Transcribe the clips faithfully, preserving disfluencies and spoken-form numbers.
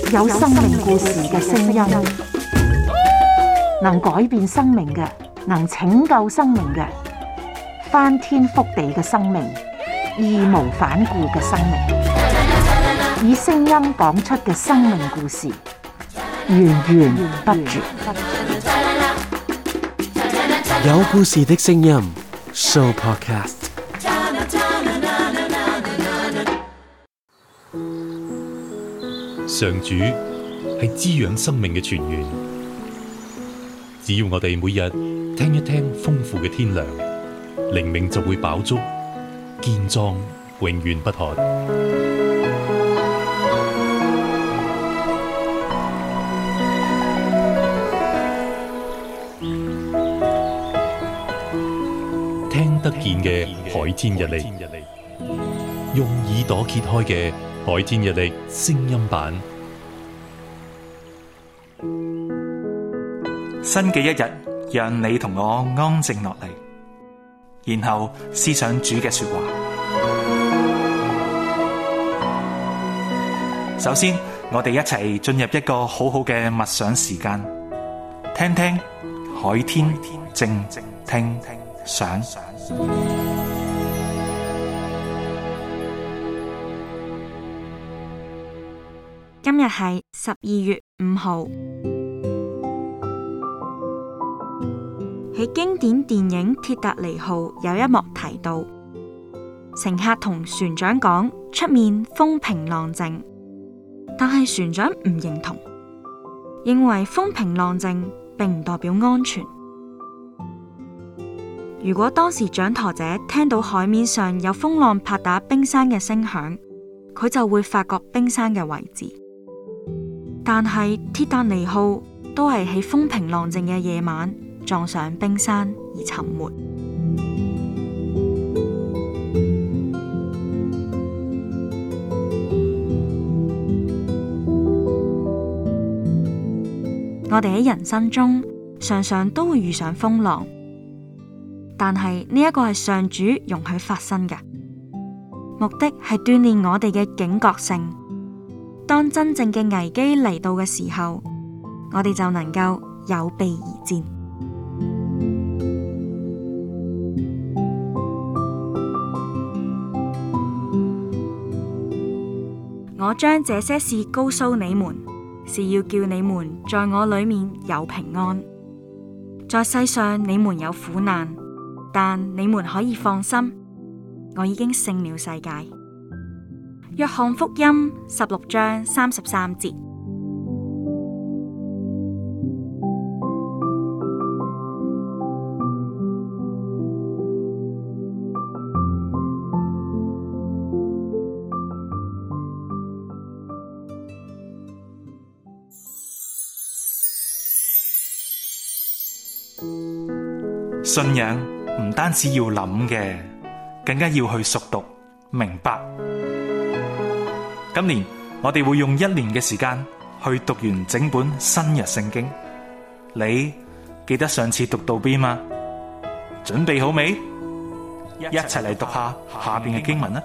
有生命故事嘅聲音，能改變生命嘅，能拯救生命嘅，翻天覆地嘅生命，義無反顧嘅生命，以聲音講出嘅生命故事，源源不絕。 有故事的聲音 Show Podcast。 上主係滋養生命嘅泉源，只要我哋每日聽一聽豐富嘅天糧，靈命就會飽足，健壯永遠不渴。聽得見嘅海天日曆，用耳朵揭開嘅海天日曆聲音版。 新嘅一日，讓你同我安靜落嚟，然後思想主嘅說話。首先，我哋一齊進入一個好好嘅默想時間，聽聽海天靜聽想。 今日係十二月五號。喺經典電影《鐵達尼號》有一幕提到，乘客同船長講出面風平浪靜，但係船長唔認同，認為風平浪靜並唔代表安全。如果當時掌舵者聽到海面上有風浪拍打冰山嘅聲響，佢就會發覺冰山嘅位置。但係鐵達尼號都係喺風平浪靜嘅夜晚撞上冰山而沉沒。我哋喺人生中常常都會遇上風浪，但係呢一個係上主容許發生嘅，目的係鍛煉我哋嘅警覺性。當真正嘅危機嚟到嘅時候，我哋就能夠有備而戰。我將這些事告訴你們，是要叫你們在我裏面有平安。在世上你們有苦難，但你們可以放心，我已經勝了世界。約翰福音十六章三十三節。 信仰唔單止要諗嘅，更加要去熟讀明白。今年我哋會用一年嘅時間去讀完整本新約聖經。你記得上次讀到邊嗎？準備好未？一齊嚟讀下下邊嘅經文啦。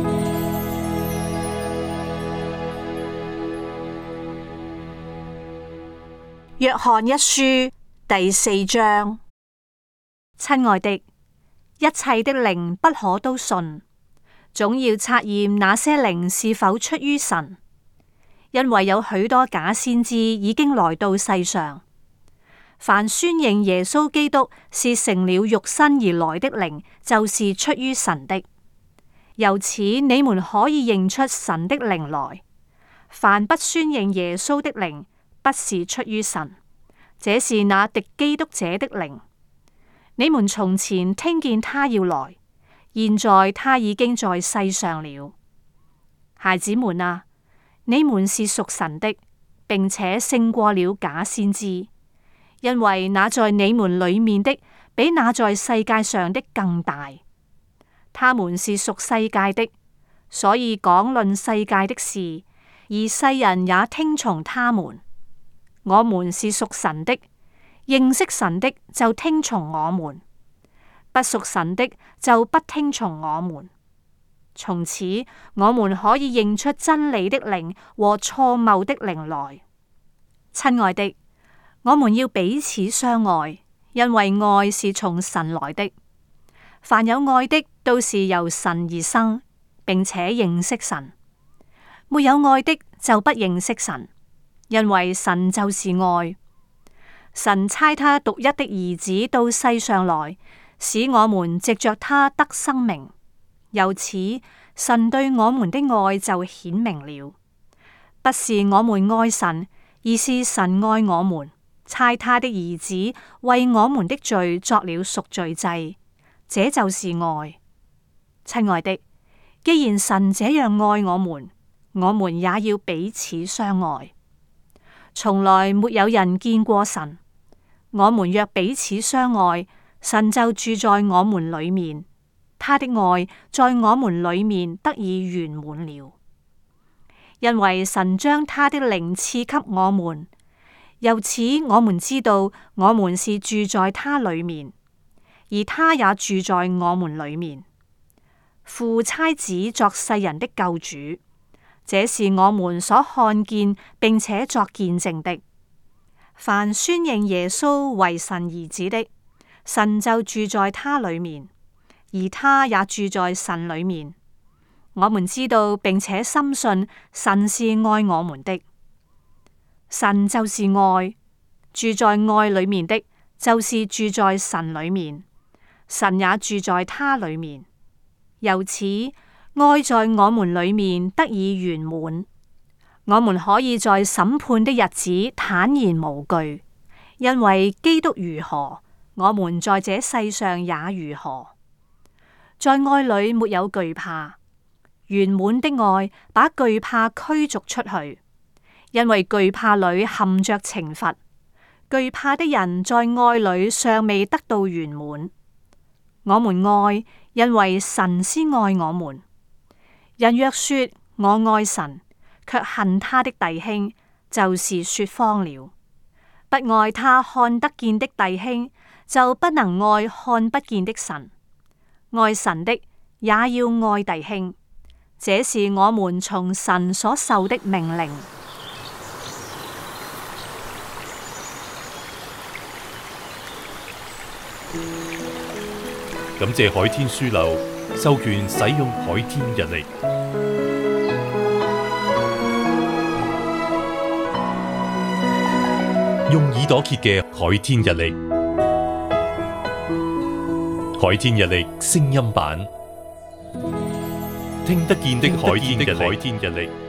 約翰一書第四章。親愛的，一切的靈不可都信，總要察驗那些靈是否出於神，因為有許多假先知已經來到世上。凡宣認耶穌基督是成了肉身而來的靈，就是出於神的。由此你們可以認出神的靈來。凡不宣認耶穌的靈，不是出於神，這是那敵基督者的靈。你們從前聽見他要來，現在他已經在世上了。孩子們啊，你們是屬神的，並且勝過了假先知，因為那在你們裏面的，比那在世界上的更大。他們是屬世界的，所以講論世界的事，而世人也聽從他們。我們是屬神的，認識神的就聽從我們，不屬神的就不聽從我們。 從此我們可以認出真理的靈和錯謬的靈來。親愛的，我們要彼此相愛，因為愛是從神來的。凡有愛的，都是由神而生，並且認識神；沒有愛的，就不認識神，因為神就是愛。神差他獨一的兒子到世上來，使我們藉着他得生命。由此，神對我們的愛就顯明了，不是我們愛神，而是神愛我們，差他的兒子為我們的罪作了贖罪祭，這就是愛。親愛的，既然神這樣愛我們，我們也要彼此相愛。從來沒有人見過神，我們若彼此相愛，神就住在我們裏面，他的愛在我們裏面得以圓滿了。因為神將他的靈賜給我們，由此我們知道我們是住在他裏面，而他也住在我們裏面。父差子作世人的救主，這是我們所看見並且作見證的。凡宣認耶穌為神兒子的，神就住在他裏面，而他也住在神裏面。我們知道並且深信神是愛我們的。神就是愛，住在愛裏面的，就是住在神裏面，神也住在他裏面。由此，愛在我們裏面得以圓滿，我們可以在審判的日子坦然無懼，因為基督如何，我們在這世上也如何。在愛裏沒有懼怕，圓滿的愛把懼怕驅逐出去，因為懼怕裏含着懲罰，懼怕的人在愛裏尚未得到圓滿。我們愛，因為神先愛我們。人若說我愛神，卻恨他的弟兄，就是說謊了。不愛他看得見的弟兄，就不能愛看不見的神。愛神的也要愛弟兄，這是我們從神所受的命令。 感謝海天書樓授權使用海天日曆，用耳朵揭嘅海天日曆，海天日曆聲音版，聽得見的海天日曆。